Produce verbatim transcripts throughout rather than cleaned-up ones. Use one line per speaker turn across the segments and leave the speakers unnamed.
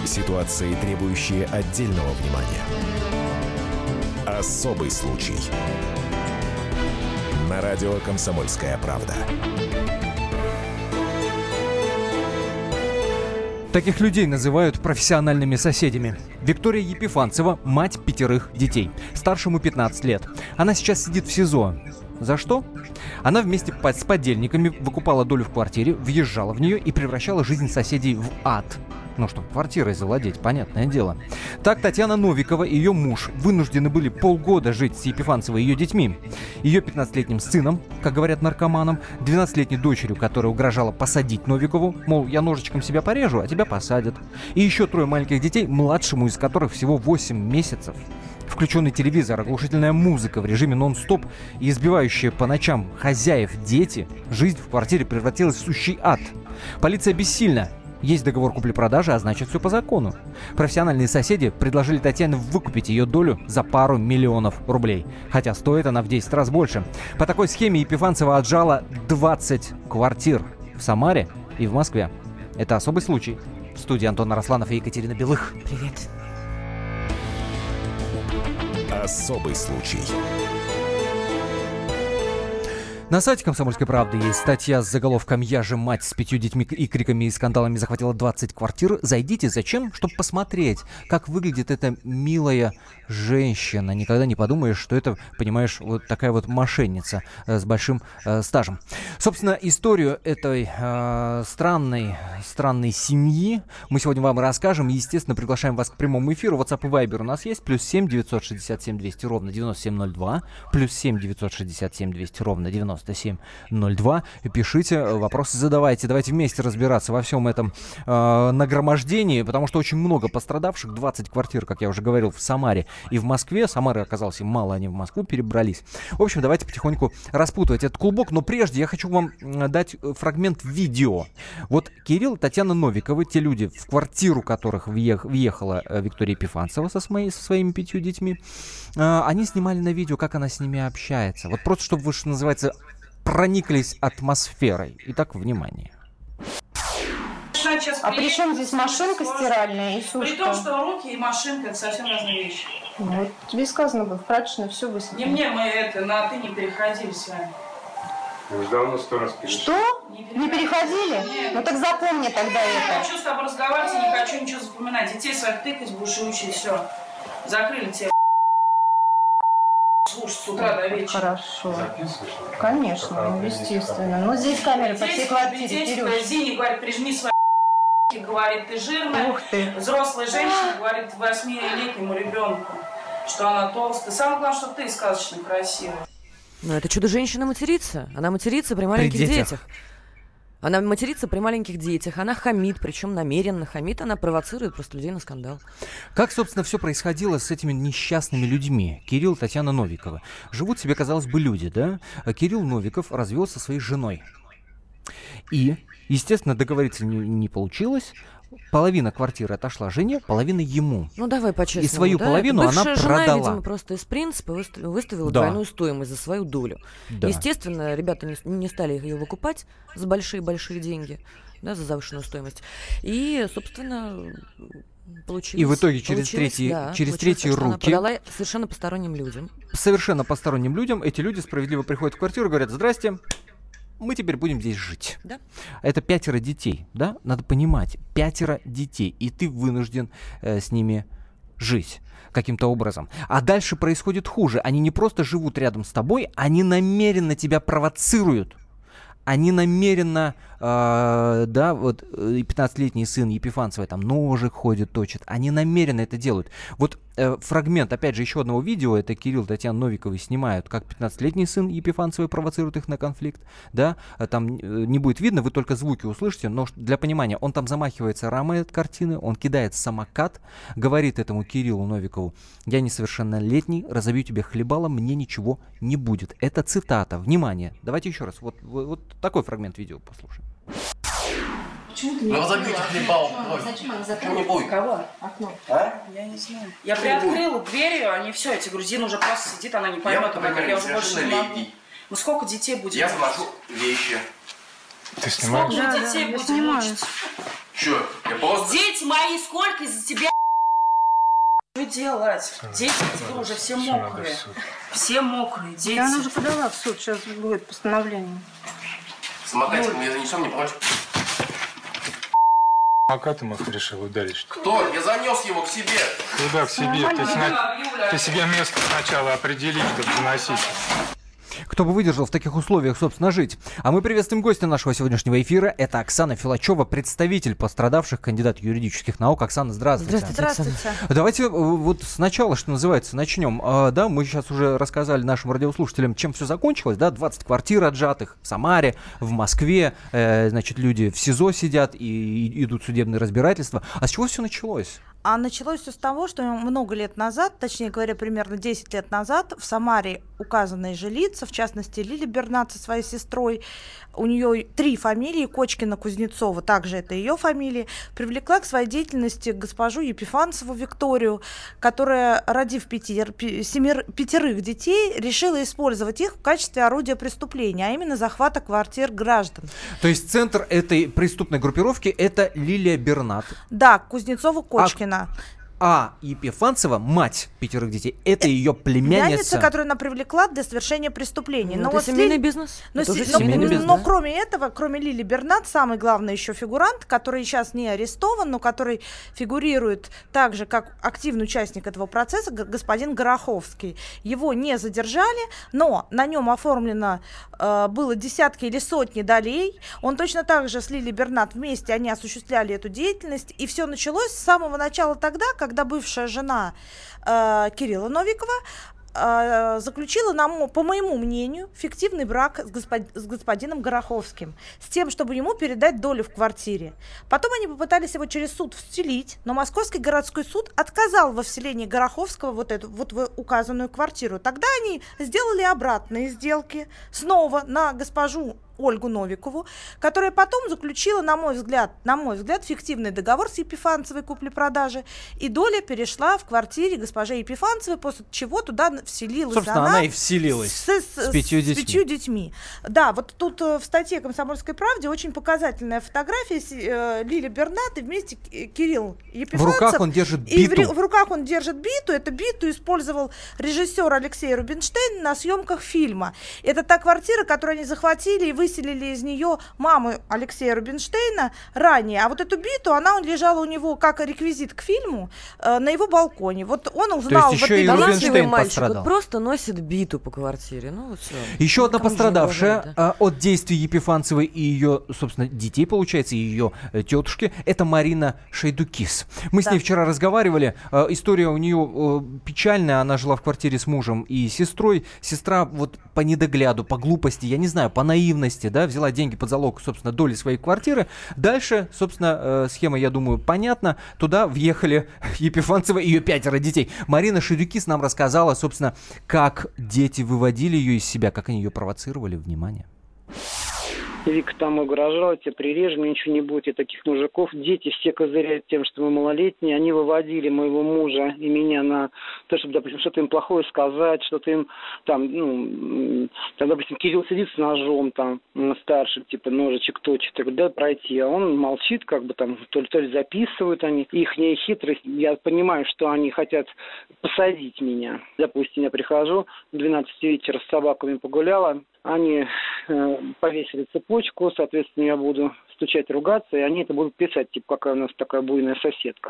Ситуации, требующие отдельного внимания. Особый случай. На радио «Комсомольская правда».
Таких людей называют профессиональными соседями. Виктория Епифанцева – мать пятерых детей. Старшему пятнадцать лет. Она сейчас сидит в СИЗО. За что? Она вместе с подельниками выкупала долю в квартире, въезжала в нее и превращала жизнь соседей в ад. Ну, чтобы квартирой завладеть, понятное дело. Так Татьяна Новикова и ее муж вынуждены были полгода жить с Епифанцевой и ее детьми. Ее пятнадцатилетним сыном, как говорят наркоманам, двенадцатилетней дочерью, которая угрожала посадить Новикову, мол, я ножичком себя порежу, а тебя посадят. И еще трое маленьких детей, младшему из которых всего восемь месяцев. Включенный телевизор, оглушительная музыка в режиме нон-стоп и избивающие по ночам хозяев дети, жизнь в квартире превратилась в сущий ад. Полиция бессильна. Есть договор купли-продажи, а значит все по закону. Профессиональные соседи предложили Татьяне выкупить ее долю за пару миллионов рублей. Хотя стоит она в десять раз больше. По такой схеме Епифанцева отжала двадцать квартир в Самаре и в Москве. Это особый случай. В студии Антон Арасланов и Екатерина Белых. Привет.
Особый случай.
На сайте «Комсомольской правды» есть статья с заголовком «Я же мать с пятью детьми и криками и скандалами захватила двадцать квартир». Зайдите. Зачем? Чтобы посмотреть, как выглядит эта милая женщина. Никогда не подумаешь, что это, понимаешь, вот такая вот мошенница э, с большим э, стажем. Собственно, историю этой э, странной, странной семьи мы сегодня вам расскажем. Естественно, приглашаем вас к прямому эфиру. WhatsApp и Viber у нас есть. Плюс семь девятьсот шестьдесят семь двести ровно девяносто семь ноль два. Плюс семь девятьсот шестьдесят семь двести ровно девяносто семь ноль два. Пишите, вопросы задавайте. Давайте вместе разбираться во всем этом э, нагромождении, потому что очень много пострадавших. двадцать квартир, как я уже говорил, в Самаре и в Москве. Самары оказалось им мало, они в Москву перебрались. В общем, давайте потихоньку распутывать этот клубок. Но прежде я хочу вам дать фрагмент видео. Вот Кирилл и Татьяна Новиковы, те люди, в квартиру которых въех, въехала Виктория Епифанцева со, своей, со своими пятью детьми, э, они снимали на видео, как она с ними общается. Вот просто, чтобы вы, что называется, прониклись атмосферой. Итак, внимание.
А при чем здесь машинка стиральная и сушка?
При том, что руки и машинка – это совсем разные вещи.
Ну, вот тебе сказано бы, в прачечной все высыпано.
Не мне, мы это, на «ты» не переходили с вами.
Мы уже давно сто раз перешли.
Что? Не переходили? Не переходили? Нет. Ну так запомни тогда
я
это.
Не хочу с тобой разговаривать и не хочу ничего запоминать. Детей своих тыкать будешь и учить, все. Закрыли тебя. Слушай, с утра до вечера.
Хорошо.
Записываешь?
Конечно, ну, естественно. Ну, здесь камеры по всей квартире.
Зине говорит, прижми свои говорит, ты жирная.
Ух ты.
Взрослая женщина говорит восьмилетнему ребенку, что она толстая. Самое главное, что ты сказочно красивая.
Ну, это чудо-женщина матерится. Она матерится при маленьких
При детях.
детях. Она матерится при маленьких детях, она хамит, причем намеренно хамит, она провоцирует просто людей на скандал.
Как, собственно, все происходило с этими несчастными людьми? Кирилл и Татьяна Новикова. Живут себе, казалось бы, люди, да? А Кирилл Новиков развелся со своей женой. И, естественно, договориться не, не получилось. Половина квартиры отошла жене, половина ему.
Ну, давай по-честному.
И свою
да?
половину она
жена,
продала.
Видимо, просто из принципа выставила, выставила
Да.
двойную стоимость за свою долю.
Да.
Естественно, ребята не, не стали ее выкупать за большие-большие деньги, да, за завышенную стоимость. И, собственно, получилось...
И в итоге через третьи,
да,
через третьи
так,
руки...
Она продала совершенно посторонним людям.
Совершенно посторонним людям эти люди справедливо приходят в квартиру и говорят: здрасте, мы теперь будем здесь жить.
Да.
Это пятеро детей, да? Надо понимать, пятеро детей, и ты вынужден э, с ними жить каким-то образом. А дальше происходит хуже. Они не просто живут рядом с тобой, они намеренно тебя провоцируют. Они намеренно, э, да, вот пятнадцатилетний сын Епифанцевой там ножик ходит, точит. Они намеренно это делают. Вот э, фрагмент, опять же, еще одного видео, это Кирилл и Татьяна Новиковы снимают, как пятнадцатилетний сын Епифанцевой провоцирует их на конфликт, да, там э, не будет видно, вы только звуки услышите, но для понимания, он там замахивается рамой от картины, он кидает самокат, говорит этому Кириллу Новикову: я несовершеннолетний, разобью тебе хлебало, мне ничего не будет. Это цитата. Внимание, давайте еще раз, вот, вот, вот такой фрагмент видео послушаем.
Почему ты не разобьете хлебал?
Зачем она закрыла?
Кого?
Окно.
А?
Я не знаю. Я приоткрыла дверью, они все, эти грузины уже просто сидит, она не поймет,
Я,
как я уже больше не могу.
летний.
Ну сколько детей будет?
Я заношу вещи.
Ты
Сколько
снимаешь?
же
Да,
детей
да, я
будет
снимаю.
мучить?
Чё? Я просто...
Дети мои, сколько из-за тебя... Что делать? Дети тебе уже все мокрые. Все мокрые, дети.
Да она уже подала в суд, сейчас будет постановление.
Самокатик мы занесем, не против?
Самокатом их решил ударить.
Кто? Я занес его к себе.
Куда к себе? Ты, сна... Ты себе место сначала определи, чтобы заносить.
Кто бы выдержал в таких условиях, собственно, жить? А мы приветствуем гостя нашего сегодняшнего эфира. Это Оксана Филачева, представитель пострадавших, кандидат юридических наук. Оксана, здравствуйте.
Здравствуйте.
Здравствуйте.
Давайте вот сначала, что называется, начнем. А, да, мы сейчас уже рассказали нашим радиослушателям, чем все закончилось. Да, двадцать квартир отжатых в Самаре, в Москве. Э, значит, люди в СИЗО сидят и, и идут судебные разбирательства. А с чего все началось?
А началось все с того, что много лет назад, точнее говоря, примерно десять лет назад, в Самаре указанные же лица, в частности, Лили Бернат со своей сестрой, у нее три фамилии, Кочкина, Кузнецова, также это ее фамилии, привлекла к своей деятельности госпожу Епифанцеву Викторию, которая, родив пятер, семер, пятерых детей, решила использовать их в качестве орудия преступления, а именно захвата квартир граждан.
То есть центр этой преступной группировки — это Лилия Бернат.
Да, Кузнецова-Кочкина. А...
А Епифанцева, мать пятерых детей, это ее племянница.
Племянница, которую она привлекла для совершения преступления.
Ну,
но
это
вот
семейный
Ли...
бизнес.
Но,
это
с...
уже
но,
семейный
но,
бизнес.
но кроме этого, кроме Лили Бернат, самый главный еще фигурант, который сейчас не арестован, но который фигурирует так же, как активный участник этого процесса, господин Гороховский. Его не задержали, но на нем оформлено э, было десятки или сотни долей. Он точно так же с Лили Бернат вместе они осуществляли эту деятельность. И все началось с самого начала тогда, когда бывшая жена э, Кирилла Новикова э, заключила, на, по моему мнению, фиктивный брак с, господ, с господином Гороховским, с тем, чтобы ему передать долю в квартире. Потом они попытались его через суд вселить, но Московский городской суд отказал во вселении Гороховского вот эту вот в указанную квартиру. Тогда они сделали обратные сделки снова на госпожу Ольгу Новикову, которая потом заключила, на мой взгляд, на мой взгляд, фиктивный договор с Епифанцевой купли-продажи, и доля перешла в квартире госпожи Епифанцевой, после чего туда вселилась
Собственно, она,
она
и вселилась
с, с,
с, пятью,
с
детьми.
пятью детьми. Да, вот тут в статье «Комсомольской правде» очень показательная фотография э, Лили Бернат и вместе Кирилл Епифанцев.
В руках он держит биту.
И в, в руках он держит биту. Эту биту использовал режиссер Алексей Рубинштейн на съемках фильма. Это та квартира, которую они захватили и вы выселили из нее маму Алексея Рубинштейна ранее. А вот эту биту, она лежала у него как реквизит к фильму э, на его балконе. Вот он узнал...
То есть
вот
еще и Рубинштейн
мальчик
пострадал.
Вот просто носит биту по квартире. Ну, вот все.
Еще одна
Кому же
пострадавшая
угрожать, да?
а, от действий Епифанцевой и ее, собственно, детей, получается, и ее э, тетушки, это Марина Шайдукис. Мы
Да.
с ней вчера разговаривали. Э, история у нее э, печальная. Она жила в квартире с мужем и сестрой. Сестра вот по недогляду, по глупости, я не знаю, по наивности, да, взяла деньги под залог, собственно, доли своей квартиры. Дальше, собственно, э, схема, я думаю, понятна. Туда въехали Епифанцева и ее пятеро детей. Марина Шайдукис нам рассказала, собственно, как дети выводили ее из себя, как они ее провоцировали. Внимание.
Вика там угрожала, тебе прирежем, ничего не будет, и таких мужиков. Дети все козыряют тем, что мы малолетние. Они выводили моего мужа и меня на то, чтобы, допустим, что-то им плохое сказать, что-то им там, ну, там, допустим, Кирилл сидит с ножом, там, старший, типа, ножичек точит, я говорю, да, пройти. А он молчит, как бы там, то ли, то ли записывают они. Ихняя хитрость, я понимаю, что они хотят посадить меня. Допустим, я прихожу, в двенадцать вечера с собаками погуляла, они э, повесили цепочку, соответственно, я буду стучать, ругаться, и они это будут писать, типа, какая у нас такая буйная соседка.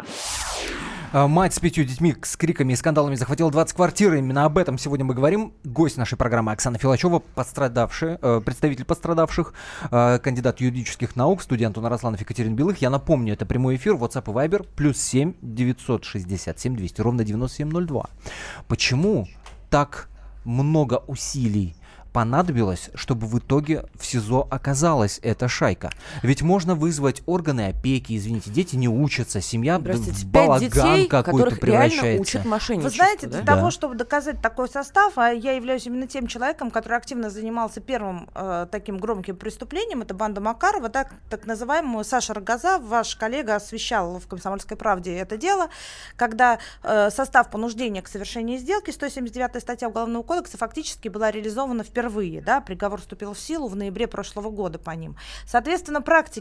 Мать с пятью детьми с криками и скандалами захватила двадцать квартир. Именно об этом сегодня мы говорим. Гость нашей программы Оксана Филачева, пострадавшая, э, представитель пострадавших, э, кандидат юридических наук, студент Антон Арасланов, Екатерина Белых. Я напомню, это прямой эфир, WhatsApp и Viber, плюс семь девятьсот шестьдесят семь двести ровно девяносто семь ноль два. Почему так много усилий понадобилось, чтобы в итоге в СИЗО оказалась эта шайка? Ведь можно вызвать органы опеки, извините, дети не учатся, семья
Простите,
в
пять
балаган
детей,
какой-то
которых реально
превращается.
учат мошенничеству.
Вы знаете,
да?
для того,
Да.
чтобы доказать такой состав, а я являюсь именно тем человеком, который активно занимался первым э, таким громким преступлением, это банда Макарова, так, так называемую Саша Рогоза, ваш коллега освещал в «Комсомольской правде» это дело, когда э, состав понуждения к совершению сделки, сто семьдесят девятая статья Уголовного кодекса, фактически была реализована впервые, да, приговор вступил в силу в ноябре прошлого года по ним. Соответственно, практики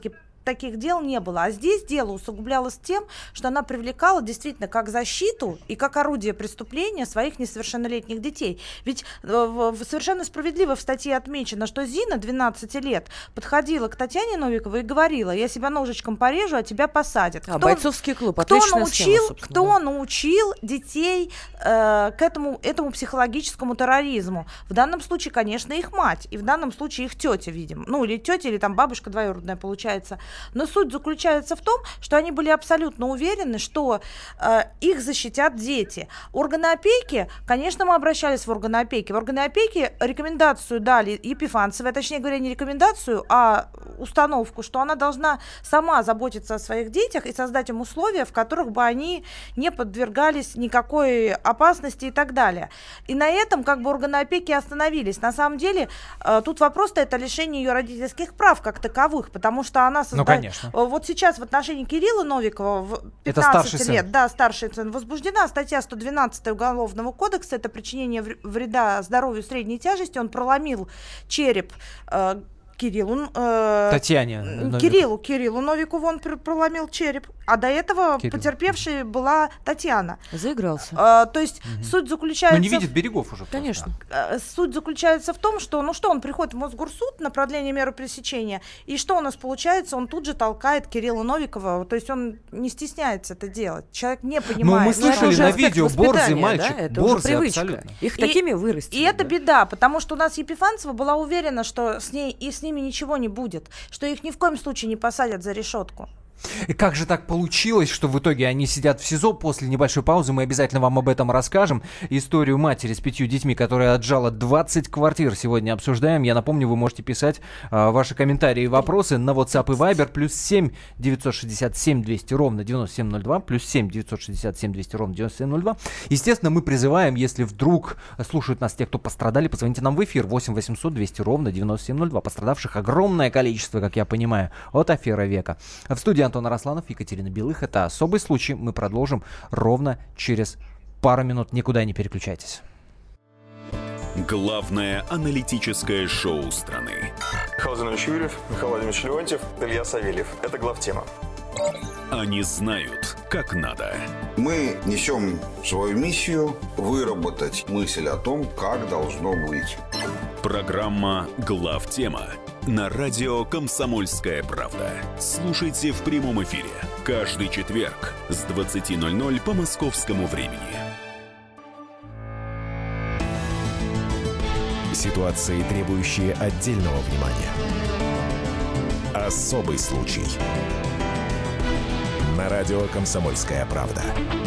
таких дел не было. А здесь дело усугублялось тем, что она привлекала действительно как защиту и как орудие преступления своих несовершеннолетних детей. Ведь э, совершенно справедливо в статье отмечено, что Зина, двенадцати лет, подходила к Татьяне Новиковой и говорила: я себя ножичком порежу, а тебя посадят.
А,
кто,
бойцовский клуб,
кто
отличная
научил,
схема,
кто
да.
научил детей э, к этому, этому психологическому терроризму? В данном случае, конечно, их мать, и в данном случае их тетя, видимо. Ну, или тетя, или там бабушка двоюродная получается. Но суть заключается в том, что они были абсолютно уверены, что э, их защитят дети. Органы опеки, конечно, мы обращались в органы опеки. В органы опеки рекомендацию дали Епифанцевой, точнее говоря, не рекомендацию, а установку, что она должна сама заботиться о своих детях и создать им условия, в которых бы они не подвергались никакой опасности и так далее. И на этом как бы органы опеки остановились. На самом деле э, тут вопрос-то это лишение ее родительских прав как таковых, потому что она создает...
Ну, конечно.
Вот сейчас в отношении Кирилла Новикова в пятнадцать лет, да, старший сын, возбуждена статья сто двенадцать Уголовного кодекса, это причинение вреда здоровью средней тяжести, он проломил череп э, Кириллу, э,
Татьяне
Новикову. Кириллу, Кириллу Новикову он проломил череп, а до этого Кирилл. Потерпевшей была Татьяна.
Заигрался.
Э, то есть угу. суть заключается...
Ну не видит берегов уже.
Конечно.
Э, суть заключается в том, что, ну что, он приходит в Мосгорсуд на продление меры пресечения, и что у нас получается? Он тут же толкает Кирилла Новикова, то есть он не стесняется это делать. Человек не понимает.
Ну мы слышали на видео, борзый мальчик,
да? Это
борзый
уже
абсолютно.
Их
и,
такими вырастили.
И
да?
это беда, потому что у нас Епифанцева была уверена, что с ней и с ними ничего не будет, что их ни в коем случае не посадят за решетку.
И как же так получилось, что в итоге они сидят в СИЗО? После небольшой паузы мы обязательно вам об этом расскажем. Историю матери с пятью детьми, которая отжала двадцать квартир, сегодня обсуждаем. Я напомню, вы можете писать а, ваши комментарии и вопросы на WhatsApp и Viber. Плюс семь девятьсот шестьдесят семь двести ровно девяносто семь ноль два. Плюс семь девятьсот шестьдесят семь двести ровно девяносто семь ноль два. Естественно, мы призываем, если вдруг слушают нас те, кто пострадали, позвоните нам в эфир. восемь восемьсот двести ровно девяносто семь ноль два. Пострадавших огромное количество, как я понимаю, от аферы века. В студии Антон Арасланов, Екатерина Белых. Это особый случай. Мы продолжим ровно через пару минут. Никуда не переключайтесь.
Главное аналитическое шоу страны.
Михаил Владимирович Юрьев, Михаил Владимирович Леонтьев, Илья Савельев. Это главтема.
Они знают, как надо.
Мы несем свою миссию выработать мысль о том, как должно быть.
Программа «Главтема» на радио «Комсомольская правда». Слушайте в прямом эфире каждый четверг с двадцати ноль-ноль по московскому времени.
Ситуации, требующие отдельного внимания. Особый случай. На радио «Комсомольская правда».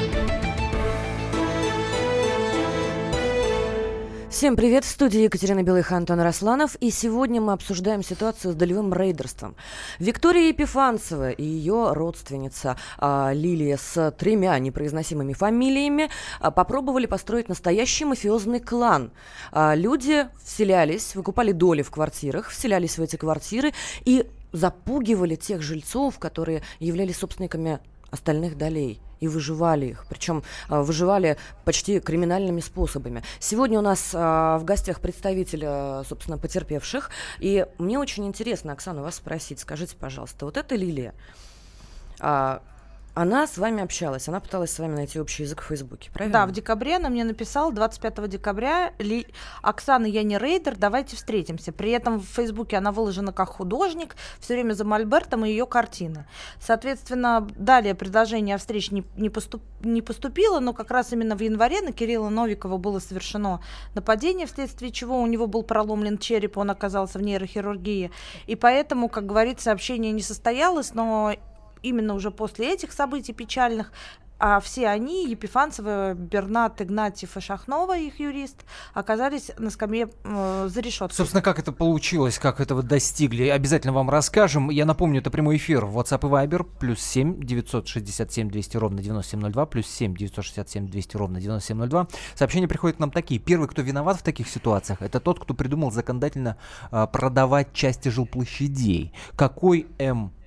Всем привет, в студии Екатерина Белых и Антон Арасланов, и сегодня мы обсуждаем ситуацию с долевым рейдерством. Виктория Епифанцева и ее родственница а, Лилия с тремя непроизносимыми фамилиями а, попробовали построить настоящий мафиозный клан. А, люди вселялись, выкупали доли в квартирах, вселялись в эти квартиры и запугивали тех жильцов, которые являлись собственниками остальных долей. И выживали их, причем а, выживали почти криминальными способами. Сегодня у нас а, в гостях представитель, а, собственно, потерпевших. И мне очень интересно, Оксана, вас спросить. Скажите, пожалуйста, вот эта Лилия, а, она с вами общалась, она пыталась с вами найти общий язык в Фейсбуке, правильно?
Да, в декабре она мне написала, двадцать пятого декабря, Ли... Оксана, я не рейдер, давайте встретимся. При этом в Фейсбуке она выложена как художник, все время за мольбертом и ее картины. Соответственно, далее предложение о встрече не, не, поступ... не поступило, но как раз именно в январе на Кирилла Новикова было совершено нападение, вследствие чего у него был проломлен череп, он оказался в нейрохирургии. И поэтому, как говорится, общение не состоялось, но именно уже после этих событий печальных, а все они, Епифанцева, Бернат, Игнатьев и Шахнова, их юрист, оказались на скамье э, за решеткой.
Собственно, как это получилось, как этого достигли, обязательно вам расскажем. Я напомню, это прямой эфир в WhatsApp и Viber, плюс семь девятьсот шестьдесят семь двести ровно девяносто семь ноль два, плюс семь девятьсот шестьдесят семь двести ровно девяносто семь ноль два. Сообщения приходят к нам такие. Первый, кто виноват в таких ситуациях, это тот, кто придумал законодательно э, продавать части жилплощадей. Какой М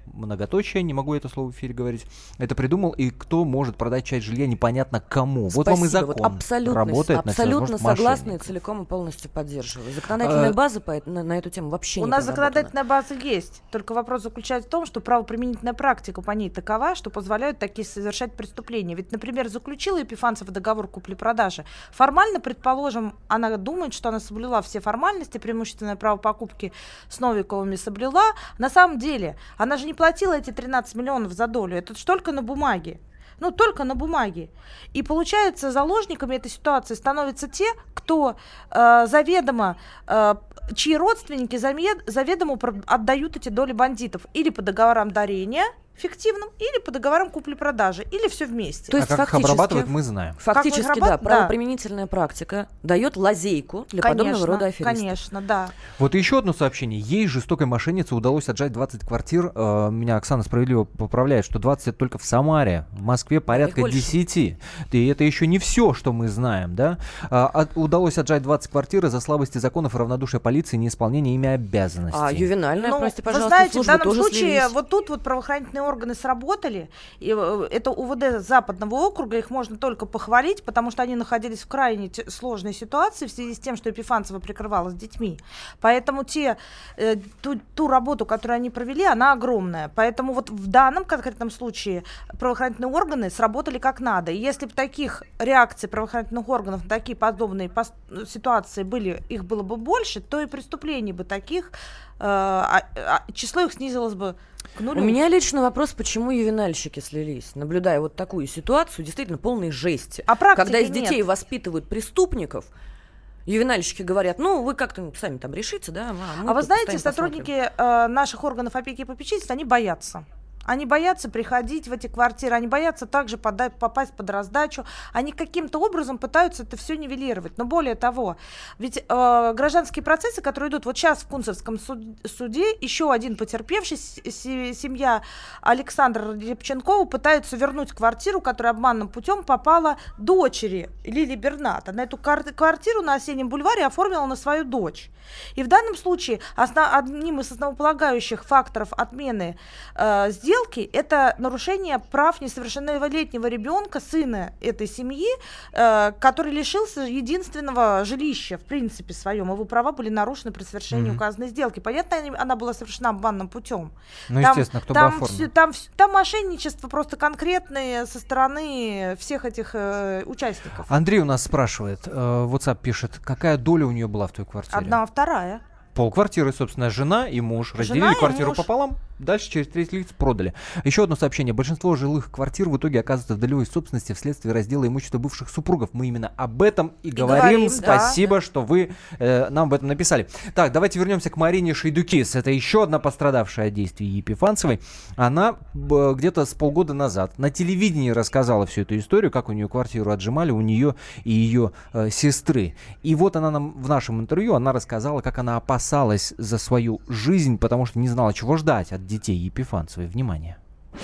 многоточие, не могу это слово в эфире говорить, это придумал, и кто может продать часть жилья непонятно кому.
Спасибо.
Вот вам и закон
вот абсолютно,
работает на
абсолютно согласна и
мошенников.
целиком и полностью поддерживаю. Законодательная
А,
база по, на, на эту тему вообще
У
не
нас
проработана.
законодательная база есть, только вопрос заключается в том, что правоприменительная практика по ней такова, что позволяют такие совершать преступления. Ведь, например, заключила Епифанцев договор купли-продажи. Формально, предположим, она думает, что она соблюла все формальности, преимущественное право покупки с Новиковыми соблюла. На самом деле, она же не платила эти тринадцать миллионов за долю, это ж только на бумаге. Ну, только на бумаге. И получается, заложниками этой ситуации становятся те, кто э, заведомо, э, чьи родственники замед, заведомо отдают эти доли бандитов или по договорам дарения фиктивным, или по договорам купли-продажи, или все вместе.
То есть
а как их
фактически,
обрабатывать, мы знаем.
Фактически,
Как их
да,
обрабат-
правоприменительная практика дает лазейку для
конечно,
подобного рода аферистов.
Конечно, да.
Вот еще одно сообщение. Ей, жестокой мошеннице, удалось отжать двадцать квартир. Э, меня Оксана справедливо поправляет, что двадцать это только в Самаре. В Москве порядка десять. И это еще не все, что мы знаем, да? А, от, удалось отжать двадцать квартир из-за слабости законов и равнодушия полиции и неисполнения ими обязанностей.
А ювенальная,
Ну,
простите,
вы
пожалуйста,
знаете, в
службы
данном
тоже
случае
слились.
вот тут вот правоохранительные органы сработали. И э, это УВД Западного округа, их можно только похвалить, потому что они находились в крайне т- сложной ситуации в связи с тем, что Епифанцева прикрывалась детьми. Поэтому те, э, ту, ту работу, которую они провели, она огромная. Поэтому вот в данном конкретном случае правоохранительные органы сработали как надо. И если бы таких реакций правоохранительных органов на такие подобные пос- ситуации были, их было бы больше, то и преступлений бы таких, э, а, а, число их снизилось бы к нулю.
У меня лично вопрос, почему ювенальщики слились, наблюдая вот такую ситуацию, действительно полной жести.
А практики
когда из
нет.
детей воспитывают преступников, ювенальщики говорят, ну, вы как-то сами там решите, да? А, мы
А вы
тут
знаете,
постоим,
сотрудники э, наших органов опеки и попечительства, они боятся. Они боятся приходить в эти квартиры, они боятся также пода- попасть под раздачу. Они каким-то образом пытаются это все нивелировать. Но более того, ведь э, гражданские процессы, которые идут вот сейчас в Кунцевском суд- суде, еще один потерпевший, с- с- семья Александра Рябченкова, пытаются вернуть квартиру, которая обманным путем попала дочери Лили Бернат. Она эту кар- квартиру на Осеннем бульваре оформила на свою дочь. И в данном случае основ- одним из основополагающих факторов отмены э, сделки это нарушение прав несовершеннолетнего ребенка, сына этой семьи, э, который лишился единственного жилища, в принципе, своем. Его права были нарушены при совершении mm-hmm. указанной сделки. Понятно, она была совершена обманным путем.
Ну,
там,
естественно, кто
там
бы оформил.
Все, там, там мошенничество просто конкретное со стороны всех этих э, участников.
Андрей у нас спрашивает, э, WhatsApp пишет, какая доля у нее была в той квартире?
Одна, вторая.
Полквартиры, собственно, жена и муж.
Жена
Разделили
и
квартиру
муж.
пополам, дальше через треть лиц продали. Еще одно сообщение. Большинство жилых квартир в итоге оказываются в долевой собственности вследствие раздела имущества бывших супругов. Мы именно об этом и, и говорим.
говорим.
Спасибо,
да.
что вы э, нам об этом написали. Так, давайте вернемся к Марине Шейдукис. Это еще одна пострадавшая от действий Епифанцевой. Она э, где-то с полгода назад на телевидении рассказала всю эту историю, как у нее квартиру отжимали, у нее и ее э, сестры. И вот она нам в нашем интервью, она рассказала, как она опасалась за свою жизнь, потому что не знала, чего ждать от детей Епифанцевой. Внимание.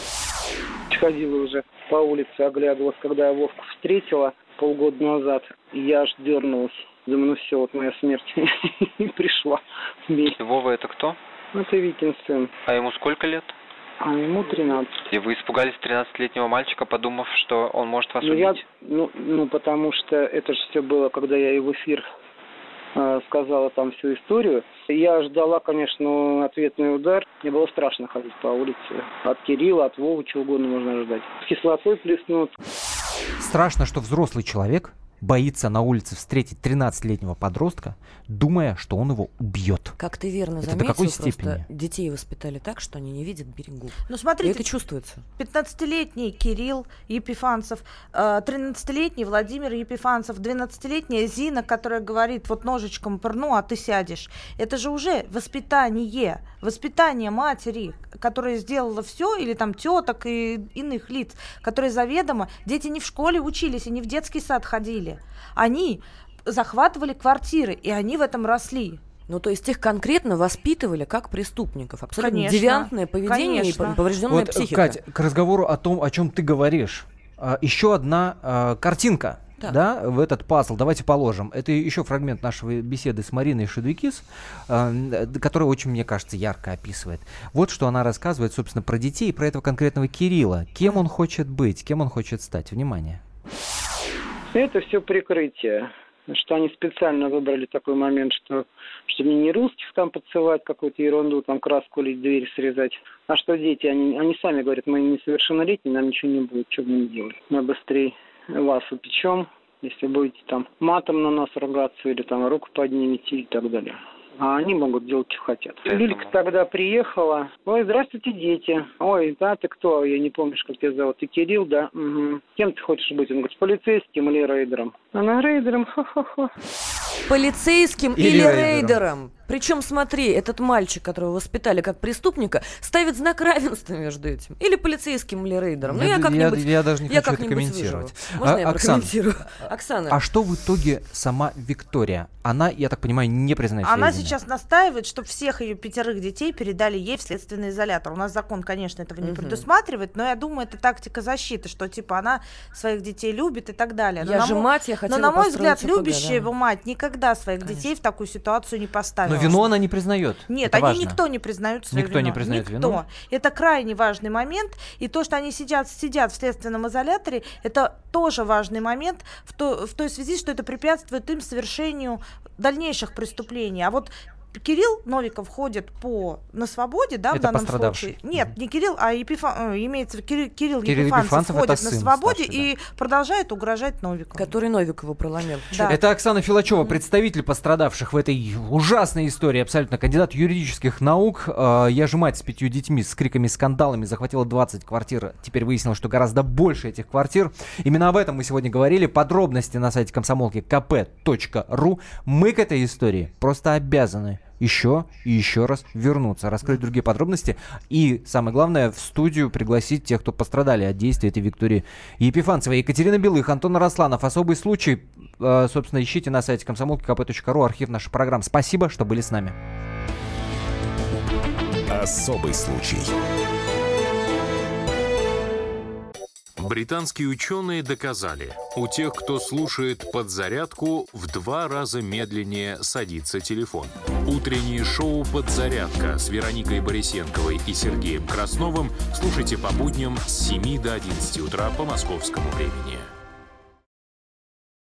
Ходила уже по улице, оглядывалась, когда я Вовку встретила полгода назад. И я аж дернулась. Думаю, ну все, вот моя смерть и пришла.
Вова это кто?
Это Викин сын.
А ему сколько лет?
А ему тринадцать.
И вы испугались тринадцатилетнего мальчика, подумав, что он может вас
ну,
убить?
Я, ну, ну, потому что это же все было, когда я и в эфир э, сказала там всю историю. Я ждала, конечно, ответный удар. Мне было страшно ходить по улице. От Кирилла, от Вовы, чего угодно можно ждать. С кислотой плеснут.
Страшно, что взрослый человек боится на улице встретить тринадцатилетнего подростка, думая, что он его убьет.
Как ты верно
это
заметил,
до какой
просто
степени?
Детей воспитали так, что они не видят берегов.
Ну, смотрите,
и это чувствуется.
пятнадцатилетний Кирилл Епифанцев, тринадцатилетний Владимир Епифанцев, двенадцатилетняя Зина, которая говорит, вот ножичком пырну, а ты сядешь. Это же уже воспитание, воспитание матери, которая сделала все, или там теток и иных лиц, которые заведомо, дети не в школе учились и не в детский сад ходили. Они захватывали квартиры, и они в этом росли.
Ну, то есть их конкретно воспитывали как преступников. Абсолютно
Конечно,
девиантное поведение
конечно.
и поврежденная
вот,
психика.
Кать, к разговору о том, о чем ты говоришь. Еще одна э, картинка так. да, в этот пазл. Давайте положим. Это еще фрагмент нашей беседы с Мариной Шедвикис, э, которая очень, мне кажется, ярко описывает. Вот что она рассказывает, собственно, про детей и про этого конкретного Кирилла. Кем он хочет быть, кем он хочет стать. Внимание.
Это все прикрытие. Что они специально выбрали такой момент, что чтобы не русских там подсылать, какую-то ерунду, там краску или дверь срезать. А что дети, они, они сами говорят, мы несовершеннолетние, нам ничего не будет, что будем делать. Мы быстрее вас упечем, если будете там матом на нас ругаться или там руку поднимете и так далее. А они могут делать, что хотят. Лилька тогда приехала. Ой, здравствуйте, дети. Ой, да, ты кто? Я не помню, как тебя зовут. Ты Кирилл, да? Угу. Кем ты хочешь быть? Он говорит, полицейским или рейдером? Она рейдером, ха-ха-ха.
Полицейским или,
или рейдером.
рейдером. Причем, смотри, этот мальчик, которого воспитали как преступника, ставит знак равенства между этим. Или полицейским, или рейдером. Ну, я, я как-нибудь
Я, я даже не
я
хочу это комментировать.
Выживу. Можно
а,
я
Оксан,
прокомментирую? Оксана.
А что в итоге сама Виктория? Она, я так понимаю, не признает
Она
своей
сейчас
вины.
настаивает, чтобы всех ее пятерых детей передали ей в следственный изолятор. У нас закон, конечно, этого не
Мгм.
предусматривает, но я думаю, это тактика защиты, что типа она своих детей любит и так далее. Но
Я
на
же
мо-
мать, я хотела
Но, на мой
построить
взгляд,
ОПГ,
любящая
да.
его мать никогда своих
Конечно.
детей в такую ситуацию не поставила.
Но вину она не признает.
Нет,
это
они
важно.
никто не признают свою
Никто
вину.
не признает
никто.
вину?
Это крайне важный момент. И то, что они сидят, сидят в следственном изоляторе, это тоже важный момент в, то, в той связи, что это препятствует им совершению дальнейших преступлений. А вот Кирилл Новиков ходит по на свободе, да,
Это
в данном
пострадавший.
случае. Нет, не Кирилл, а Епифан... э, имеется в виду Кирилл, Кирилл,
Кирилл
Епифанцев,
Епифанцев это
ходит на
сын
свободе
старший,
и продолжает угрожать Новикову.
Который Новикову проломил.
Да.
Это Оксана Филачева, представитель пострадавших в этой ужасной истории, абсолютно кандидат юридических наук. Э, Я же мать с пятью детьми, с криками, скандалами, захватила двадцать квартир. Теперь выяснилось, что гораздо больше этих квартир. Именно об этом мы сегодня говорили. Подробности на сайте комсомолки ка пэ точка ру. Мы к этой истории просто обязаны еще и еще раз вернуться, раскрыть другие подробности и, самое главное, в студию пригласить тех, кто пострадали от действий этой Виктории Епифанцевой. Екатерина Белых, Антон Росланов. Особый случай, э, собственно, ищите на сайте комсомолки ка пэ точка ру, архив наших программ. Спасибо, что были с нами.
Особый случай.
Британские ученые доказали, у тех, кто слушает «Подзарядку», в два раза медленнее садится телефон. Утреннее шоу «Подзарядка» с Вероникой Борисенковой и Сергеем Красновым слушайте по будням с семи до одиннадцати утра по московскому времени.